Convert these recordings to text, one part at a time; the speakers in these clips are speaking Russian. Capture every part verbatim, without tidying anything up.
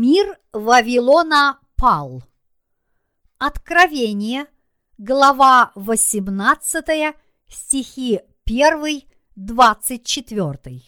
Мир Вавилона пал. Откровение, глава восемнадцатая, стихи первый, двадцать четыре.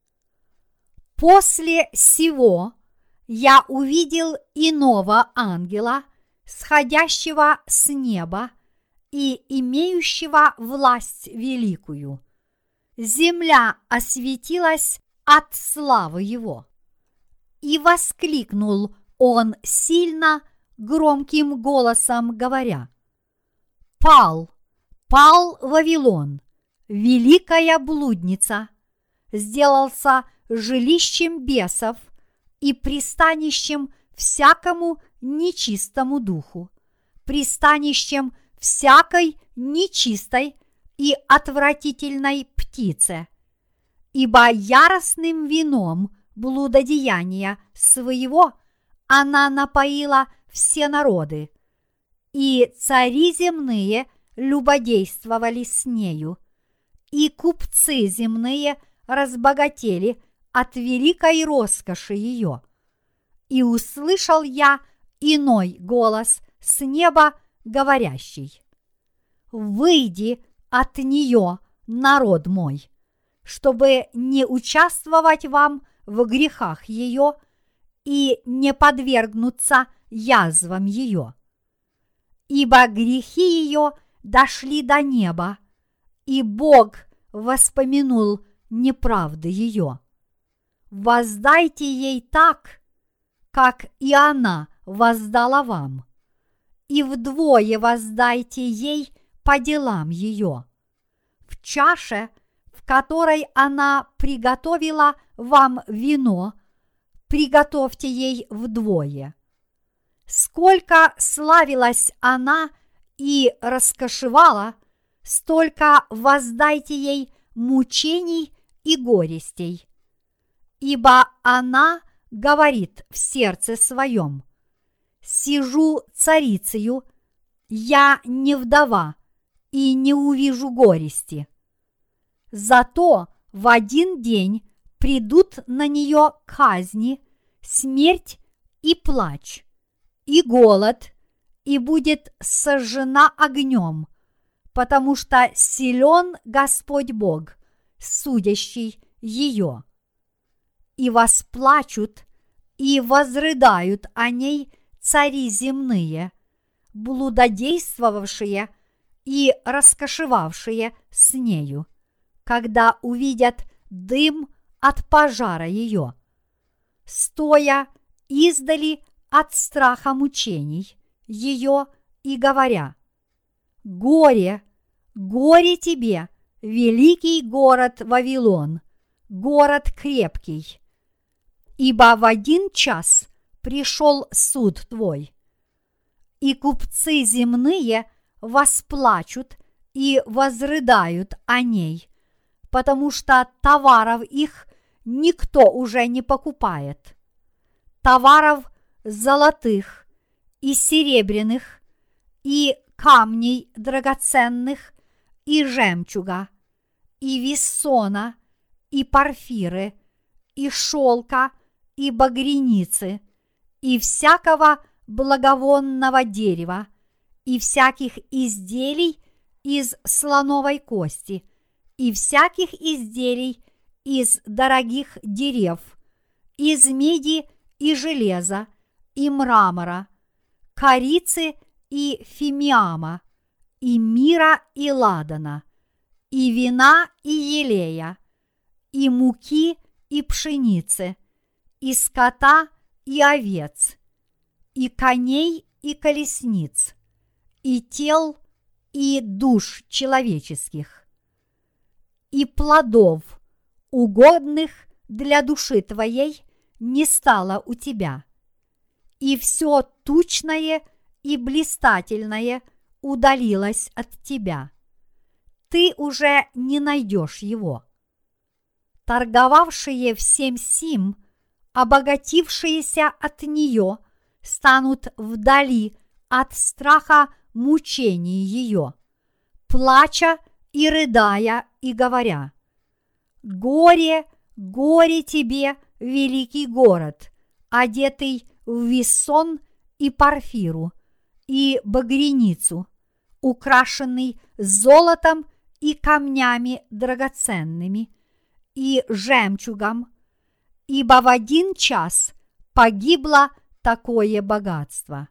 После сего я увидел иного ангела, сходящего с неба и имеющего власть великую. Земля осветилась от славы его. И воскликнул он сильно громким голосом, говоря: «Пал, пал Вавилон, великая блудница, сделался жилищем бесов и пристанищем всякому нечистому духу, пристанищем всякой нечистой и отвратительной птице, ибо яростным вином блудодеяния своего она напоила все народы, и цари земные любодействовали с нею, и купцы земные разбогатели от великой роскоши ее. И услышал я иной голос с неба, говорящий: «Выйди от нее, народ мой, чтобы не участвовать вам в грехах ее и не подвергнуться язвам ее. Ибо грехи ее дошли до неба, и Бог воспомянул неправды ее. Воздайте ей так, как и она воздала вам, и вдвое воздайте ей по делам ее. В чаше, в которой она приготовила вам вино, приготовьте ей вдвое. Сколько славилась она и раскошевала, столько воздайте ей мучений и горестей. Ибо она говорит в сердце своем: сижу царицею, я не вдова и не увижу горести. Зато в один день придут на нее казни, смерть и плач, и голод, и будет сожжена огнем, потому что силен Господь Бог, судящий ее. И восплачут, и возрыдают о ней цари земные, блудодействовавшие и раскошевавшие с нею, когда увидят дым от пожара ее, стоя издали от страха мучений ее и говоря: «Горе, горе тебе, великий город Вавилон, город крепкий, ибо в один час пришел суд твой». И купцы земные восплачут и возрыдают о ней, потому что товаров их никто уже не покупает. Товаров золотых и серебряных, и камней драгоценных, и жемчуга, и виссона, и порфиры, и шелка, и багряницы, и всякого благовонного дерева, и всяких изделий из слоновой кости, и всяких изделий из дорогих дерев, из меди и железа, и мрамора, корицы и фимиама, и мира и ладана, и вина и елея, и муки и пшеницы, и скота и овец, и коней и колесниц, и тел и душ человеческих, и плодов, угодных для души твоей, не стало у тебя, и все тучное и блистательное удалилось от тебя. Ты уже не найдешь его. Торговавшие всем сим, обогатившиеся от нее, станут вдали от страха мучений ее, плача и рыдая и говоря: «Горе, горе тебе, великий город, одетый в висон и порфиру, и багряницу, украшенный золотом и камнями драгоценными, и жемчугом, ибо в один час погибло такое богатство.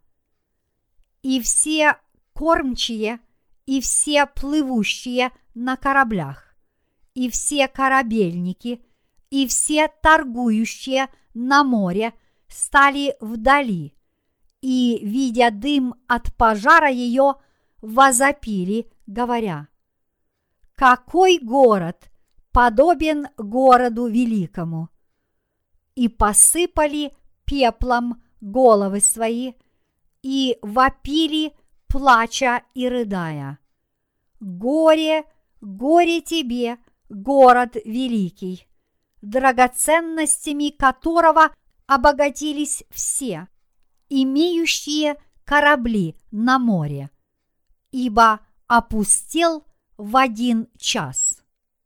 И все кормчие, и все плывущие на кораблях, и все корабельники, и все торгующие на море стали вдали, и, видя дым от пожара ее, возопили, говоря: «Какой город подобен городу великому!» И посыпали пеплом головы свои, и вопили, плача и рыдая: «Горе, горе тебе, город великий, драгоценностями которого обогатились все, имеющие корабли на море, ибо опустел в один час.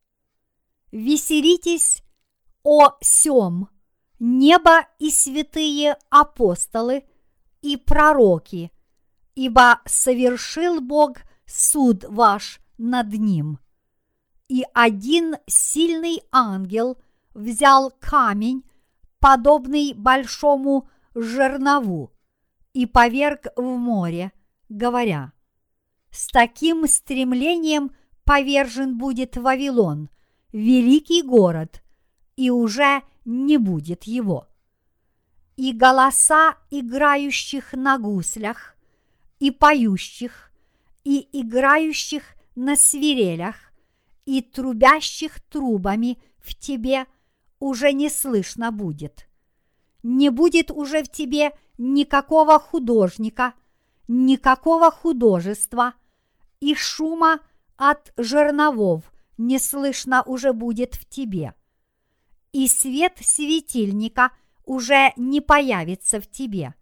Веселитесь, о сем, небо и святые апостолы и пророки, ибо совершил Бог суд ваш над ним. И один сильный ангел взял камень, подобный большому жернову, и поверг в море, говоря: «С таким стремлением повержен будет Вавилон, великий город, и уже не будет его». И голоса играющих на гуслях, и поющих, и играющих на свирелях, и трубящих трубами в тебе уже не слышно будет. Не будет уже в тебе никакого художника, никакого художества, и шума от жерновов не слышно уже будет в тебе. И свет светильника уже не появится в тебе.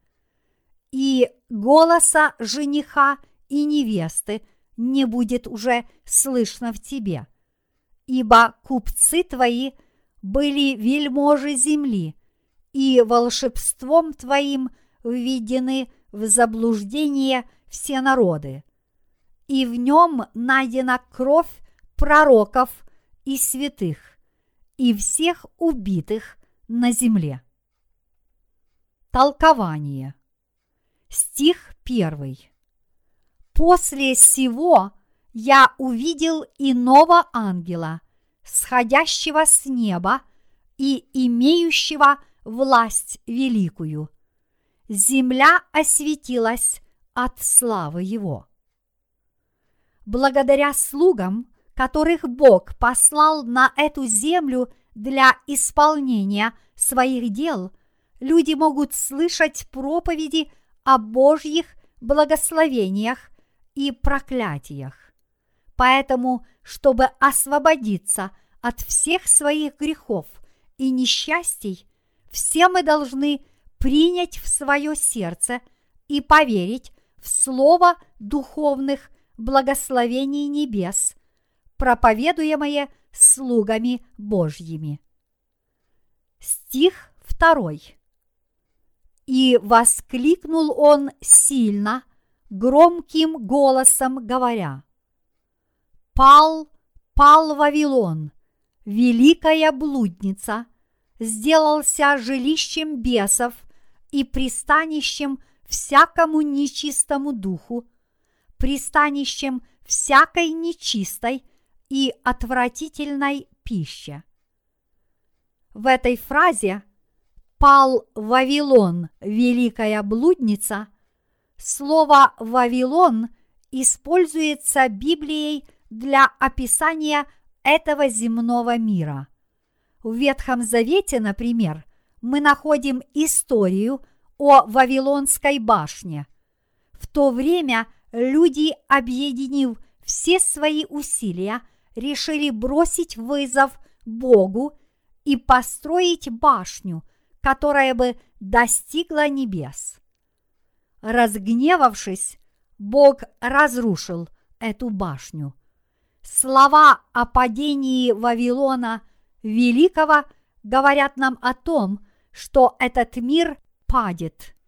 И голоса жениха и невесты не будет уже слышно в тебе. Ибо купцы твои были вельможи земли, и волшебством твоим введены в заблуждение все народы. И в нем найдена кровь пророков и святых, и всех убитых на земле. Толкование. Стих первый. После сего я увидел иного ангела, сходящего с неба и имеющего власть великую. Земля осветилась от славы его. Благодаря слугам, которых Бог послал на эту землю для исполнения своих дел, люди могут слышать проповеди о Божьих благословениях и проклятиях. Поэтому, чтобы освободиться от всех своих грехов и несчастий, все мы должны принять в свое сердце и поверить в слово духовных благословений небес, проповедуемое слугами Божьими. Стих второй. И воскликнул он сильно, громким голосом говоря: «Пал, пал Вавилон, великая блудница, сделался жилищем бесов и пристанищем всякому нечистому духу, пристанищем всякой нечистой и отвратительной пище». В этой фразе «пал Вавилон, великая блудница» слово «Вавилон» используется Библией для описания этого земного мира. В Ветхом Завете, например, мы находим историю о Вавилонской башне. В то время люди, объединив все свои усилия, решили бросить вызов Богу и построить башню, которая бы достигла небес. Разгневавшись, Бог разрушил эту башню. Слова о падении Вавилона Великого говорят нам о том, что этот мир падет,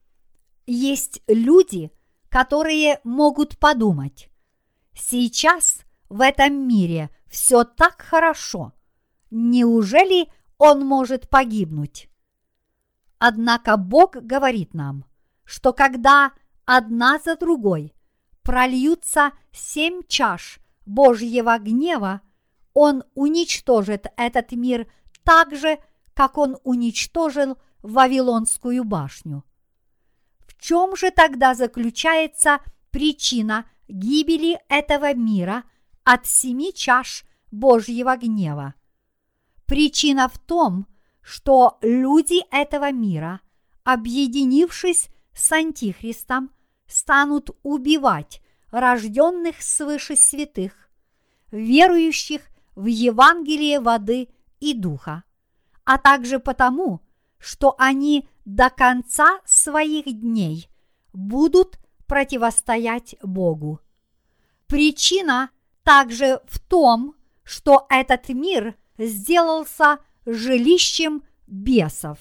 Есть люди, которые могут подумать: сейчас в этом мире все так хорошо, неужели он может погибнуть? Однако Бог говорит нам, что когда одна за другой прольются семь чаш Божьего гнева, Он уничтожит этот мир так же, как Он уничтожил Вавилонскую башню. В чем же тогда заключается причина гибели этого мира от семи чаш Божьего гнева? Причина в том, что люди этого мира, объединившись с Антихристом, станут убивать рожденных свыше святых, верующих в Евангелие воды и духа, а также потому, что они до конца своих дней будут противостоять Богу. Причина также в том, что этот мир сделался жилищем бесов.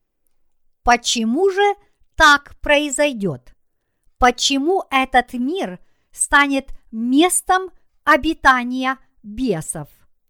Почему же так произойдет? Почему этот мир станет местом обитания бесов?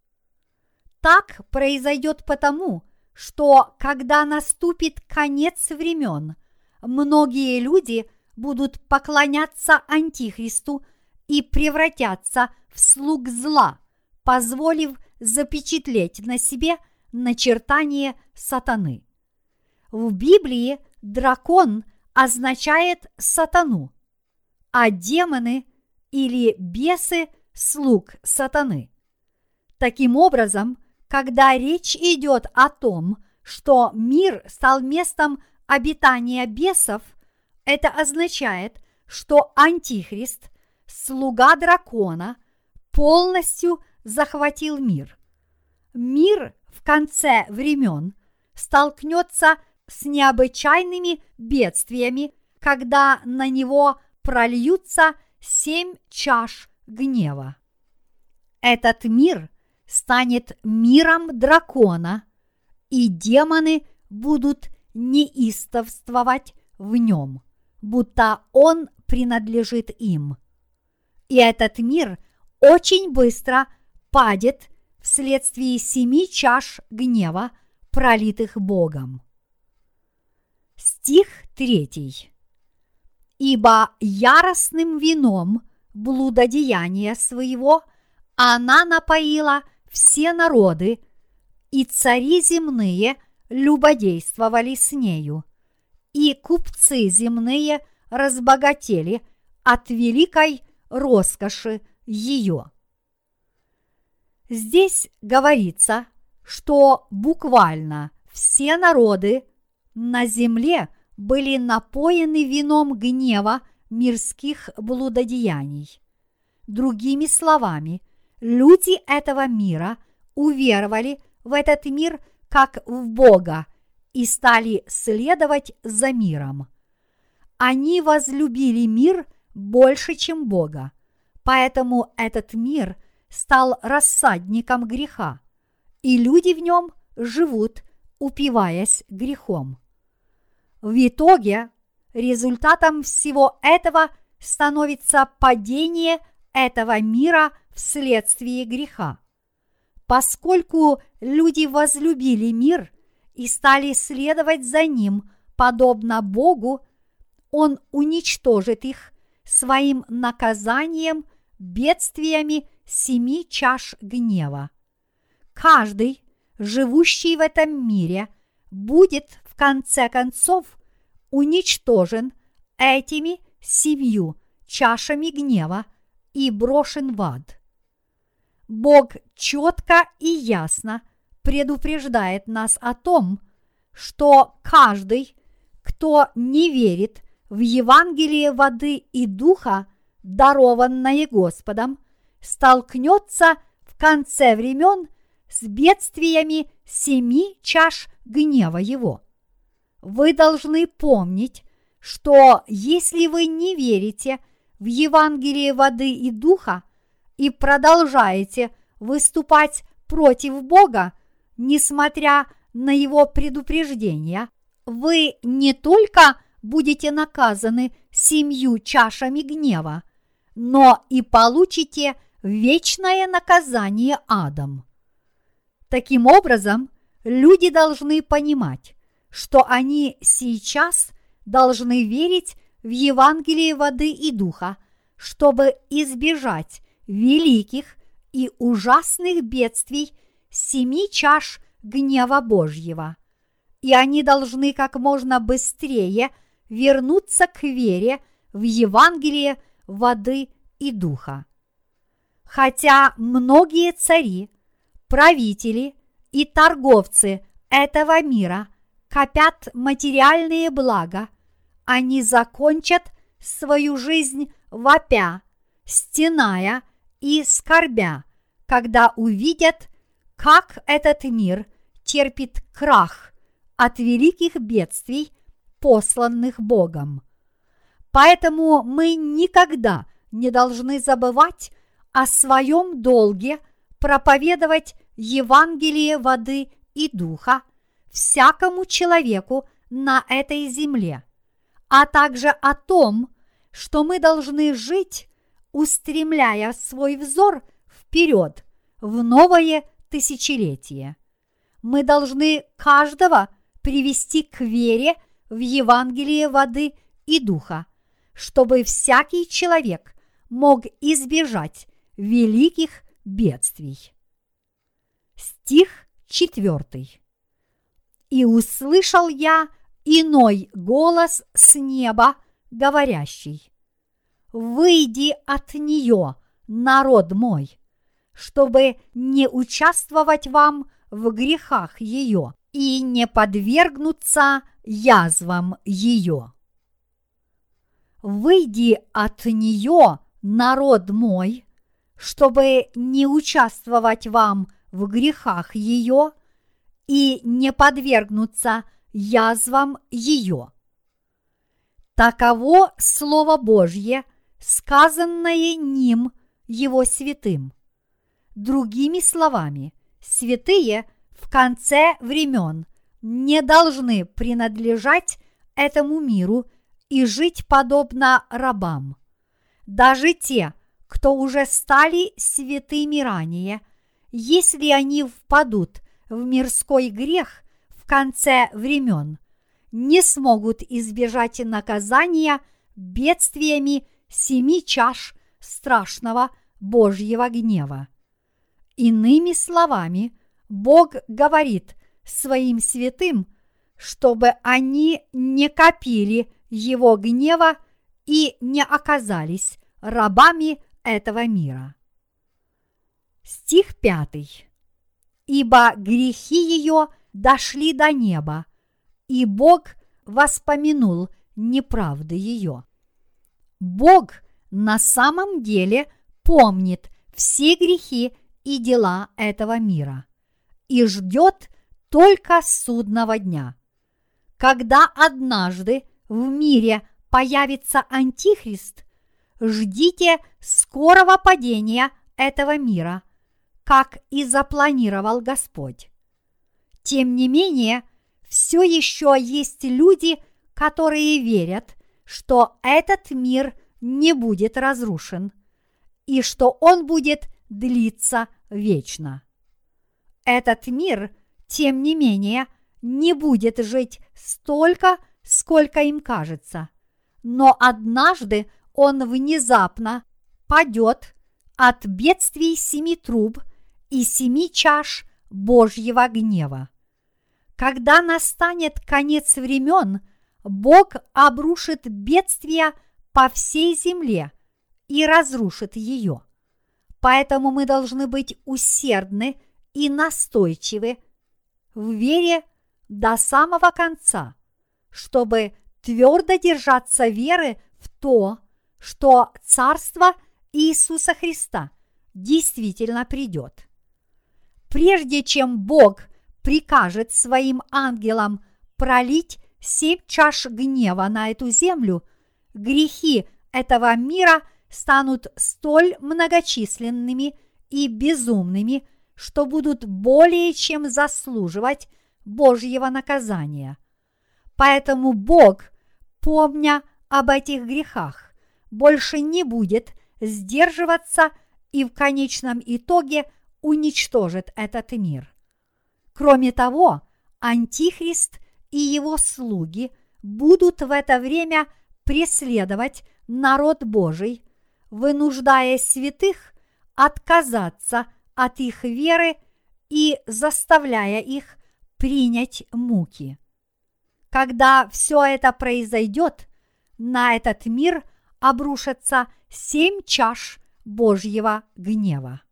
Так произойдет потому, что когда наступит конец времен, многие люди будут поклоняться Антихристу и превратятся в слуг зла, позволив запечатлеть на себе начертание сатаны. В Библии дракон означает сатану, а демоны или бесы – слуг сатаны. Таким образом, когда речь идет о том, что мир стал местом обитания бесов, это означает, что Антихрист, слуга дракона, полностью захватил мир. Мир в конце времен столкнется с необычайными бедствиями, когда на него прольются семь чаш гнева. Этот мир станет миром дракона, и демоны будут неистовствовать в нем, будто он принадлежит им. И этот мир очень быстро падет вследствие семи чаш гнева, пролитых Богом. Стих третий. Ибо яростным вином блудодеяния своего она напоила все народы, и цари земные любодействовали с нею, и купцы земные разбогатели от великой роскоши ее. Здесь говорится, что буквально все народы на земле были напоены вином гнева мирских блудодеяний. Другими словами, люди этого мира уверовали в этот мир как в Бога и стали следовать за миром. Они возлюбили мир больше, чем Бога, поэтому этот мир стал рассадником греха, и люди в нем живут, упиваясь грехом. В итоге результатом всего этого становится падение этого мира вследствие греха. Поскольку люди возлюбили мир и стали следовать за ним подобно Богу, Он уничтожит их своим наказанием, бедствиями семи чаш гнева. Каждый, живущий в этом мире, будет в конце концов уничтожен этими семью чашами гнева и брошен в ад. Бог четко и ясно предупреждает нас о том, что каждый, кто не верит в Евангелие воды и духа, дарованное Господом, столкнется в конце времен с бедствиями семи чаш гнева Его. Вы должны помнить, что если вы не верите в Евангелие воды и духа и продолжаете выступать против Бога, несмотря на Его предупреждения, вы не только будете наказаны семью чашами гнева, но и получите вечное наказание адом. Таким образом, люди должны понимать, что они сейчас должны верить в Евангелие воды и духа, чтобы избежать великих и ужасных бедствий семи чаш гнева Божьего. И они должны как можно быстрее вернуться к вере в Евангелие воды и духа. Хотя многие цари, правители и торговцы этого мира копят материальные блага, они закончат свою жизнь вопя, стеная и скорбя, когда увидят, как этот мир терпит крах от великих бедствий, посланных Богом. Поэтому мы никогда не должны забывать о своем долге проповедовать Евангелие воды и духа всякому человеку на этой земле, а также о том, что мы должны жить, устремляя свой взор вперед в новое тысячелетие. Мы должны каждого привести к вере в Евангелие воды и духа, чтобы всякий человек мог избежать великих бедствий. Стих четвертый. «И услышал я иной голос с неба, говорящий: выйди от нее, народ мой, чтобы не участвовать вам в грехах ее и не подвергнуться язвам ее. Выйди от нее, народ мой, чтобы не участвовать вам в грехах ее и не подвергнуться язвам ее. Таково Слово Божье, сказанное ним, его святым. Другими словами, святые в конце времен не должны принадлежать этому миру и жить подобно рабам. Даже те, кто уже стали святыми ранее, если они впадут в мирской грех в конце времен, не смогут избежать наказания бедствиями семи чаш страшного Божьего гнева. Иными словами, Бог говорит своим святым, чтобы они не копили Его гнева и не оказались рабами этого мира. Стих пятый. «Ибо грехи ее дошли до неба, и Бог воспомянул неправды ее». Бог на самом деле помнит все грехи и дела этого мира и ждет только судного дня. Когда однажды в мире появится Антихрист, ждите скорого падения этого мира, как и запланировал Господь. Тем не менее, все еще есть люди, которые верят, что этот мир не будет разрушен и что он будет длиться вечно. Этот мир, тем не менее, не будет жить столько, сколько им кажется, но однажды он внезапно падет от бедствий семи труб и семи чаш Божьего гнева. Когда настанет конец времен, Бог обрушит бедствия по всей земле и разрушит ее. Поэтому мы должны быть усердны и настойчивы в вере до самого конца, чтобы твердо держаться веры в то, что Царство Иисуса Христа действительно придет. Прежде чем Бог прикажет своим ангелам пролить семь чаш гнева на эту землю, грехи этого мира станут столь многочисленными и безумными, что будут более чем заслуживать Божьего наказания. Поэтому Бог помня об этих грехах, больше не будет сдерживаться и в конечном итоге уничтожит этот мир. Кроме того, Антихрист и его слуги будут в это время преследовать народ Божий, вынуждая святых отказаться от их веры и заставляя их принять муки. Когда все это произойдет, на этот мир обрушатся семь чаш Божьего гнева.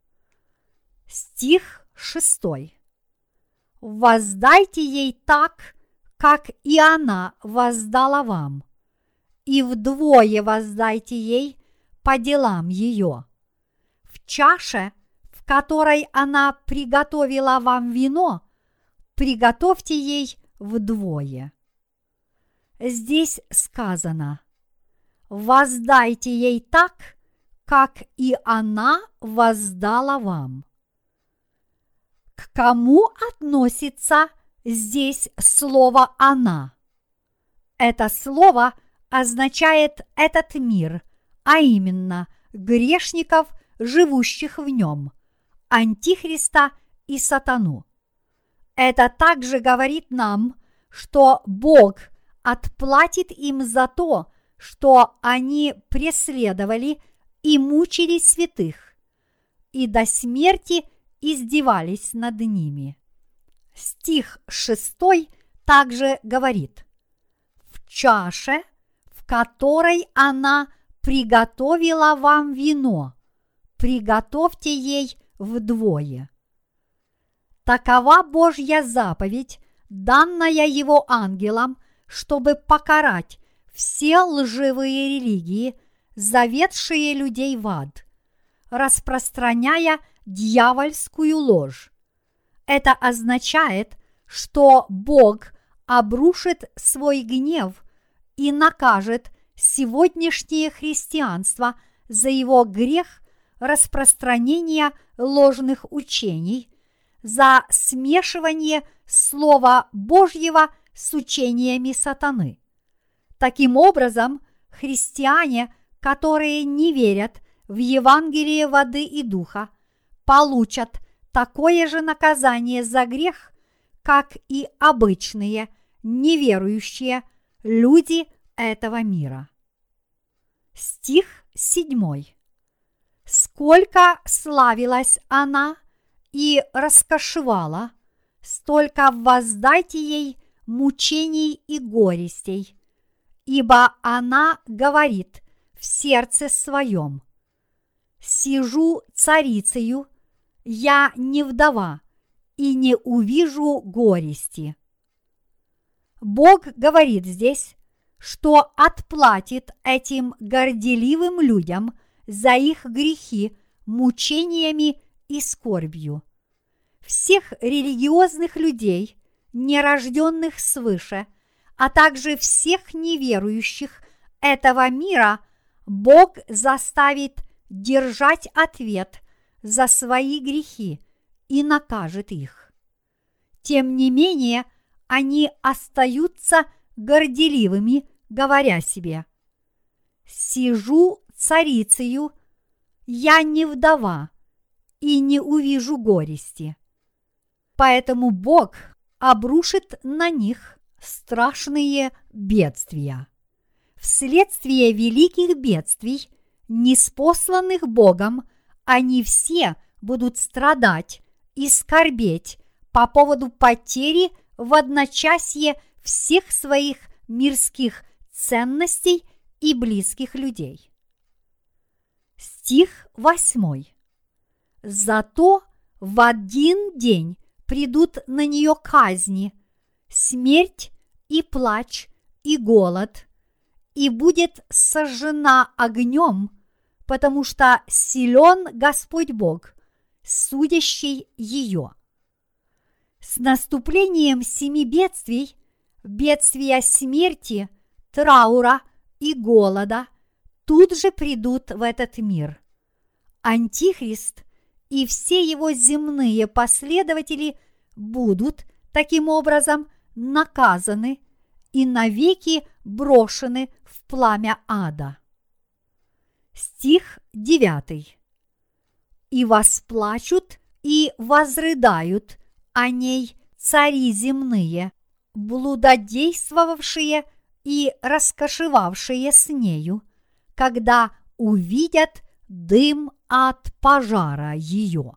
Стих шестой. «Воздайте ей так, как и она воздала вам, и вдвое воздайте ей по делам ее. В чаше, в которой она приготовила вам вино, приготовьте ей вдвое». Здесь сказано: «Воздайте ей так, как и она воздала вам». К кому относится здесь слово «она»? Это слово означает этот мир, а именно грешников, живущих в нем, Антихриста и сатану. Это также говорит нам, что Бог отплатит им за то, что они преследовали и мучили святых, и до смерти издевались над ними. Стих шестой также говорит: «В чаше, в которой она приготовила вам вино, приготовьте ей вдвое». Такова Божья заповедь, данная Его ангелам, чтобы покарать все лживые религии, заведшие людей в ад, распространяя дьявольскую ложь. Это означает, что Бог обрушит свой гнев и накажет сегодняшнее христианство за его грех распространения ложных учений, за смешивание Слова Божьего с учениями сатаны. Таким образом, христиане, которые не верят в Евангелие воды и духа, получат такое же наказание за грех, как и обычные неверующие люди этого мира. Стих седьмой. «Сколько славилась она и раскошевала, столько воздайте ей мучений и горестей, ибо она говорит в сердце своем: сижу царицею, я не вдова, и не увижу горести». Бог говорит здесь, что отплатит этим горделивым людям за их грехи мучениями и скорбью. Всех религиозных людей, нерожденных свыше, а также всех неверующих этого мира, Бог заставит держать ответ за свои грехи и накажет их. Тем не менее, они остаются горделивыми, говоря себе: «Сижу царицею, я не вдова, и не увижу горести». Поэтому Бог обрушит на них страшные бедствия. Вследствие великих бедствий, ниспосланных Богом, они все будут страдать и скорбеть по поводу потери в одночасье всех своих мирских ценностей и близких людей. Стих восьмой. «Зато в один день придут на нее казни, смерть и плач и голод, и будет сожжена огнем, потому что силен Господь Бог, судящий ее». С наступлением семи бедствий, бедствия смерти, траура и голода, тут же придут в этот мир. Антихрист и все его земные последователи будут таким образом наказаны и навеки брошены в пламя ада. Стих девятый. И восплачут и возрыдают о ней цари земные, блудодействовавшие и раскошевавшие с нею, когда увидят дым от пожара ее.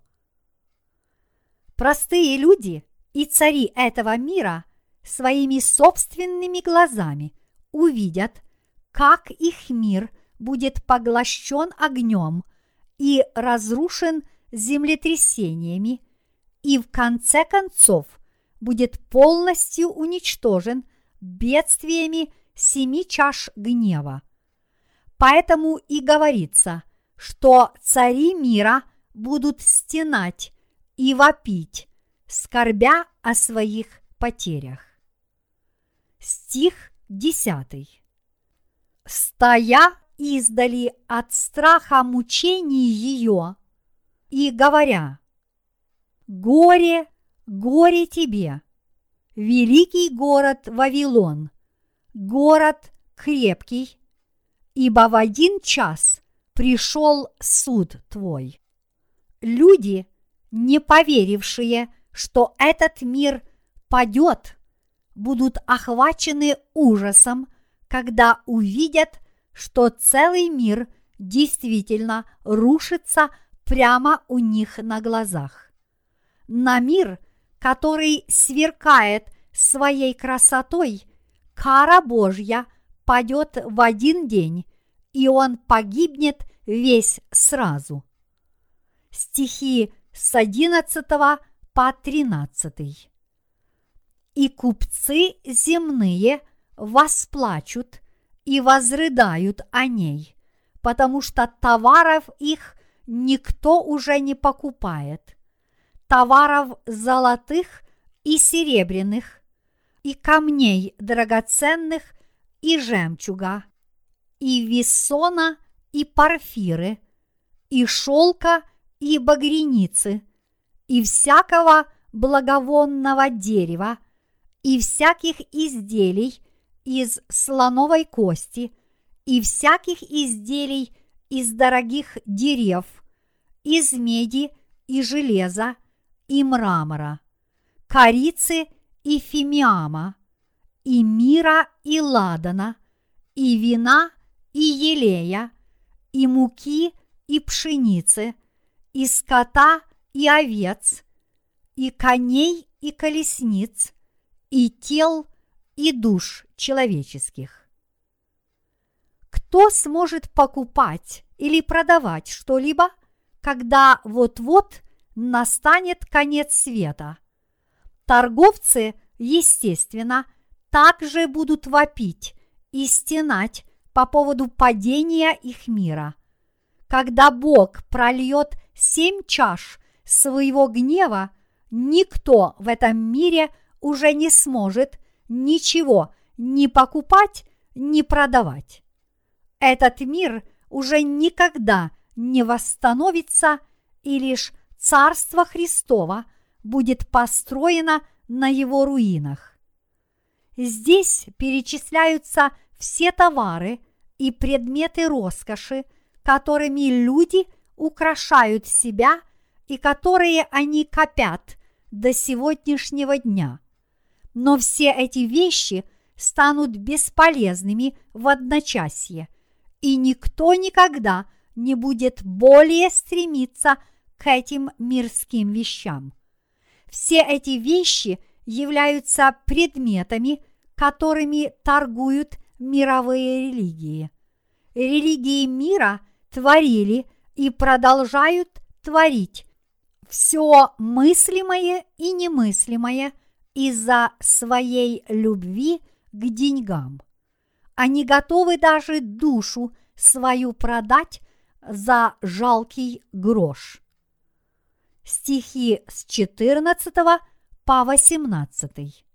Простые люди и цари этого мира своими собственными глазами увидят, как их мир будет поглощен огнем и разрушен землетрясениями, и в конце концов будет полностью уничтожен бедствиями семи чаш гнева. Поэтому и говорится, что цари мира будут стенать и вопить, скорбя о своих потерях. Стих десятый. Стоя издали от страха мучений ее и говоря: «Горе, горе тебе, великий город Вавилон, город крепкий, ибо в один час пришел суд твой». Люди, не поверившие, что этот мир падет, будут охвачены ужасом, когда увидят, что целый мир действительно рушится прямо у них на глазах. На мир, который сверкает своей красотой, кара Божья падет в один день, и он погибнет весь сразу. Стихи с одиннадцатого по тринадцатый. И купцы земные восплачут и возрыдают о ней, потому что товаров их никто уже не покупает, товаров золотых и серебряных, и камней драгоценных, и жемчуга, и виссона, и порфиры, и шелка, и багряницы, и всякого благовонного дерева, и всяких изделий из слоновой кости, и всяких изделий из дорогих дерев, из меди и железа, и мрамора, корицы и фимиама, и мира и ладана, и вина и елея, и муки и пшеницы, и скота и овец, и коней и колесниц, и тел и душ человеческих. Кто сможет покупать или продавать что-либо, когда вот-вот настанет конец света? Торговцы, естественно, также будут вопить и стенать по поводу падения их мира. Когда Бог прольет семь чаш своего гнева, никто в этом мире уже не сможет ничего ни покупать, ни продавать. Этот мир уже никогда не восстановится, и лишь Царство Христово будет построено на его руинах. Здесь перечисляются все товары и предметы роскоши, которыми люди украшают себя и которые они копят до сегодняшнего дня. Но все эти вещи станут бесполезными в одночасье, и никто никогда не будет более стремиться к этим мирским вещам. Все эти вещи являются предметами, которыми торгуют мировые религии. Религии мира творили и продолжают творить все мыслимое и немыслимое из-за своей любви к деньгам. Они готовы даже душу свою продать за жалкий грош. Стихи с четырнадцатого по восемнадцатый.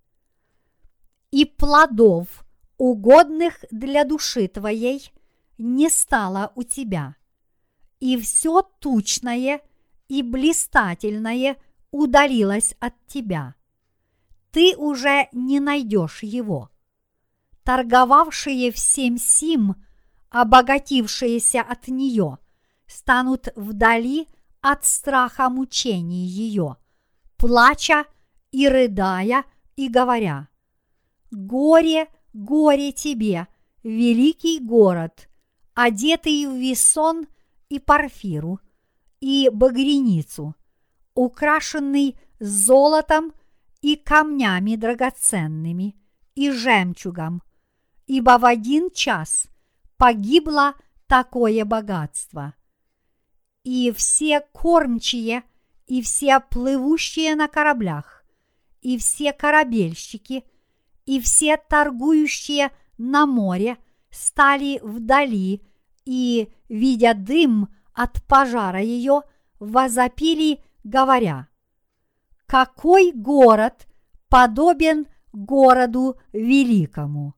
И плодов, угодных для души твоей, не стало у тебя, и все тучное и блистательное удалилось от тебя. Ты уже не найдешь его. торговавшие всем сим, обогатившиеся от нее, станут вдали от страха мучений ее, плача и рыдая и говоря: «Горе, горе тебе, великий город, одетый в весон и парфиру, и багряницу, украшенный золотом и камнями драгоценными, и жемчугом, ибо в один час погибло такое богатство. И все кормчие, и все плывущие на кораблях, и все корабельщики, и все торгующие на море стали вдали и, видя дым от пожара ее, возопили, говоря: какой город подобен городу великому!»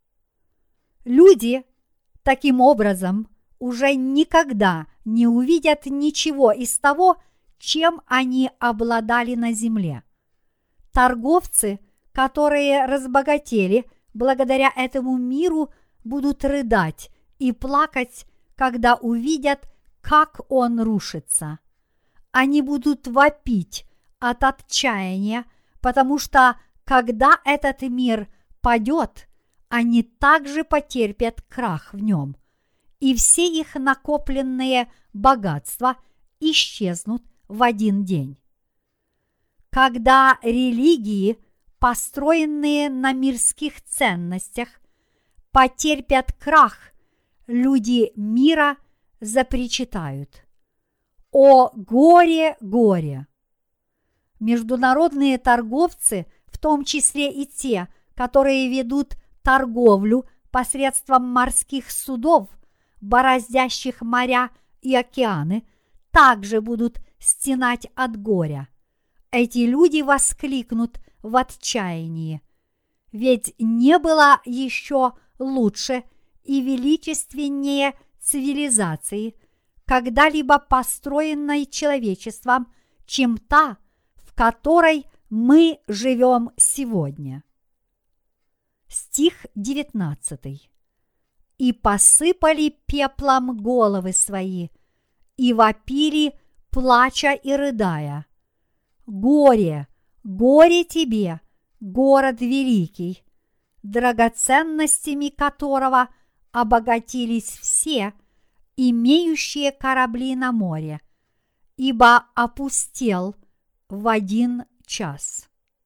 Люди таким образом уже никогда не увидят ничего из того, чем они обладали на земле. Торговцы, которые разбогатели благодаря этому миру, будут рыдать и плакать, когда увидят, как он рушится. Они будут вопить от отчаяния, потому что, когда этот мир падет, они также потерпят крах в нем, и все их накопленные богатства исчезнут в один день. Когда религии, построенные на мирских ценностях, потерпят крах, люди мира запричитают: «О горе, горе!» Международные торговцы, в том числе и те, которые ведут торговлю посредством морских судов, бороздящих моря и океаны, также будут стенать от горя. Эти люди воскликнут в отчаянии: ведь не было еще лучше и величественнее цивилизации, когда-либо построенной человечеством, чем та, в которой мы живем сегодня. Стих девятнадцатый. «И посыпали пеплом головы свои, и вопили, плача и рыдая: горе, горе тебе, город великий, драгоценностями которого обогатились все, имеющие корабли на море, ибо опустел в один час».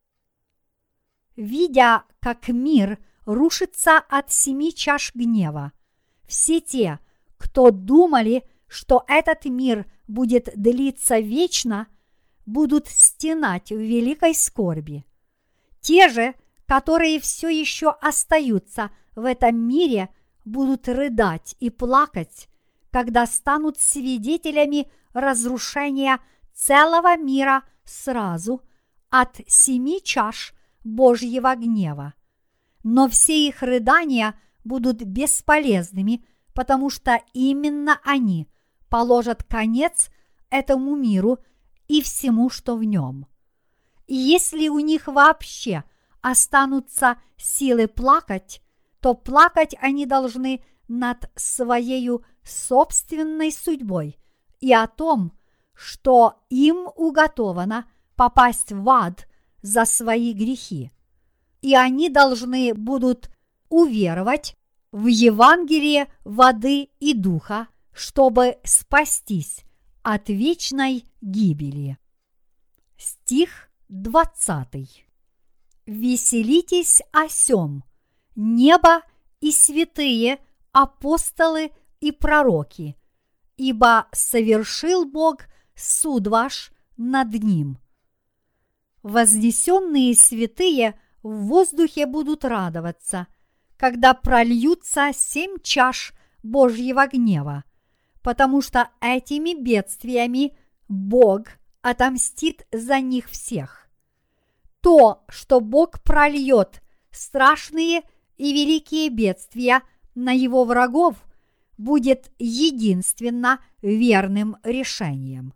Видя, как мир рушится от семи чаш гнева, все те, кто думали, что этот мир будет длиться вечно, будут стенать в великой скорби. Те же, которые все еще остаются в этом мире, будут рыдать и плакать, когда станут свидетелями разрушения целого мира сразу от семи чаш Божьего гнева. Но все их рыдания будут бесполезными, потому что именно они положат конец этому миру и всему, что в нем. И если у них вообще останутся силы плакать, то плакать они должны над своей собственной судьбой и о том, что им уготовано попасть в ад за свои грехи. И они должны будут уверовать в Евангелие воды и духа, чтобы спастись от вечной гибели. Стих двадцатый. «Веселитесь о сем, небо и святые апостолы и пророки, ибо совершил Бог суд ваш над ним». Вознесенные святые в воздухе будут радоваться, когда прольются семь чаш Божьего гнева, потому что этими бедствиями Бог отомстит за них всех. То, что Бог прольет страшные и великие бедствия на его врагов, будет единственно верным решением.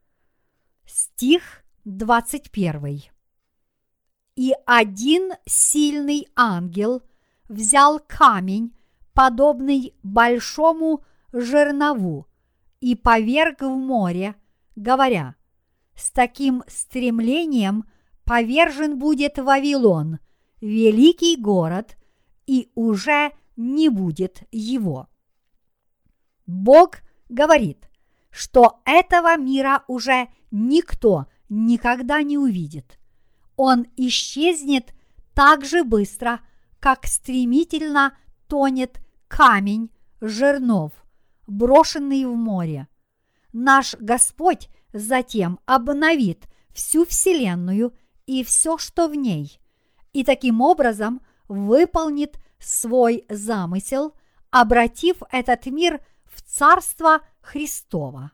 Стих двадцать первый. «И один сильный ангел взял камень, подобный большому жернову, и поверг в море, говоря: с таким стремлением повержен будет Вавилон, великий город, и уже не будет его. Бог говорит, что этого мира уже никто никогда не увидит. Он исчезнет так же быстро, как стремительно тонет камень жернов, брошенный в море. Наш Господь затем обновит всю вселенную и все, что в ней, и таким образом выполнит свой замысел, обратив этот мир в Царство Христово.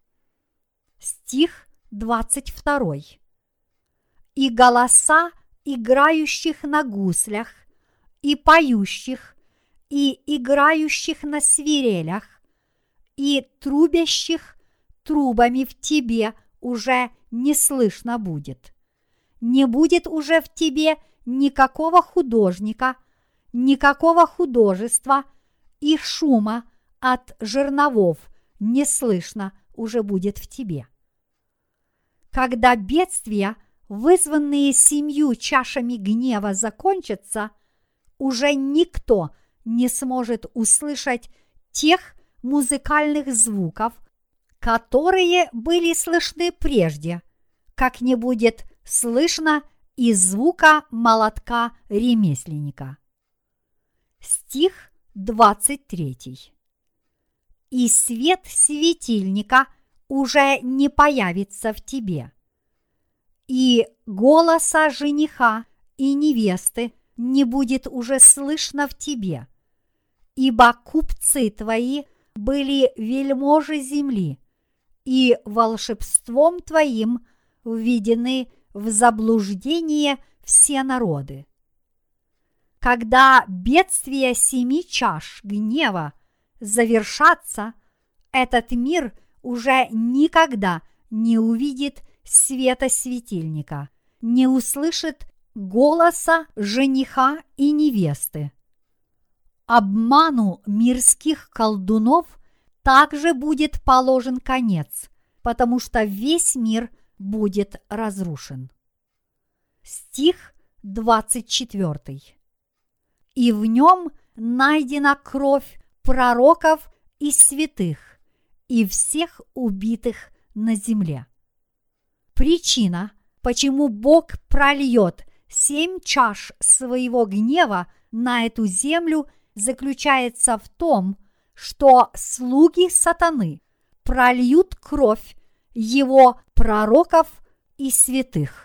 Стих двадцать второй. И голоса играющих на гуслях, и поющих, и играющих на свирелях, и трубящих трубами в тебе уже не слышно будет. Не будет уже в тебе никакого художника, никакого художества, и шума от жерновов не слышно уже будет в тебе. Когда бедствия, вызванные семью чашами гнева, закончатся, уже никто не сможет услышать тех музыкальных звуков, которые были слышны прежде, как не будет слышно и звука молотка ремесленника. Стих двадцать третий. И свет светильника уже не появится в тебе, и голоса жениха и невесты не будет уже слышно в тебе, ибо купцы твои были вельможи земли, и волшебством твоим введены в заблуждение все народы. Когда бедствия семи чаш гнева завершатся, этот мир уже никогда не увидит света светильника, не услышит голоса жениха и невесты. Обману мирских колдунов также будет положен конец, потому что весь мир будет разрушен. Стих двадцать четвертый. И в нем найдена кровь пророков и святых, и всех убитых на земле. Причина, почему Бог прольет семь чаш своего гнева на эту землю, заключается в том, что слуги сатаны прольют кровь его пророков и святых.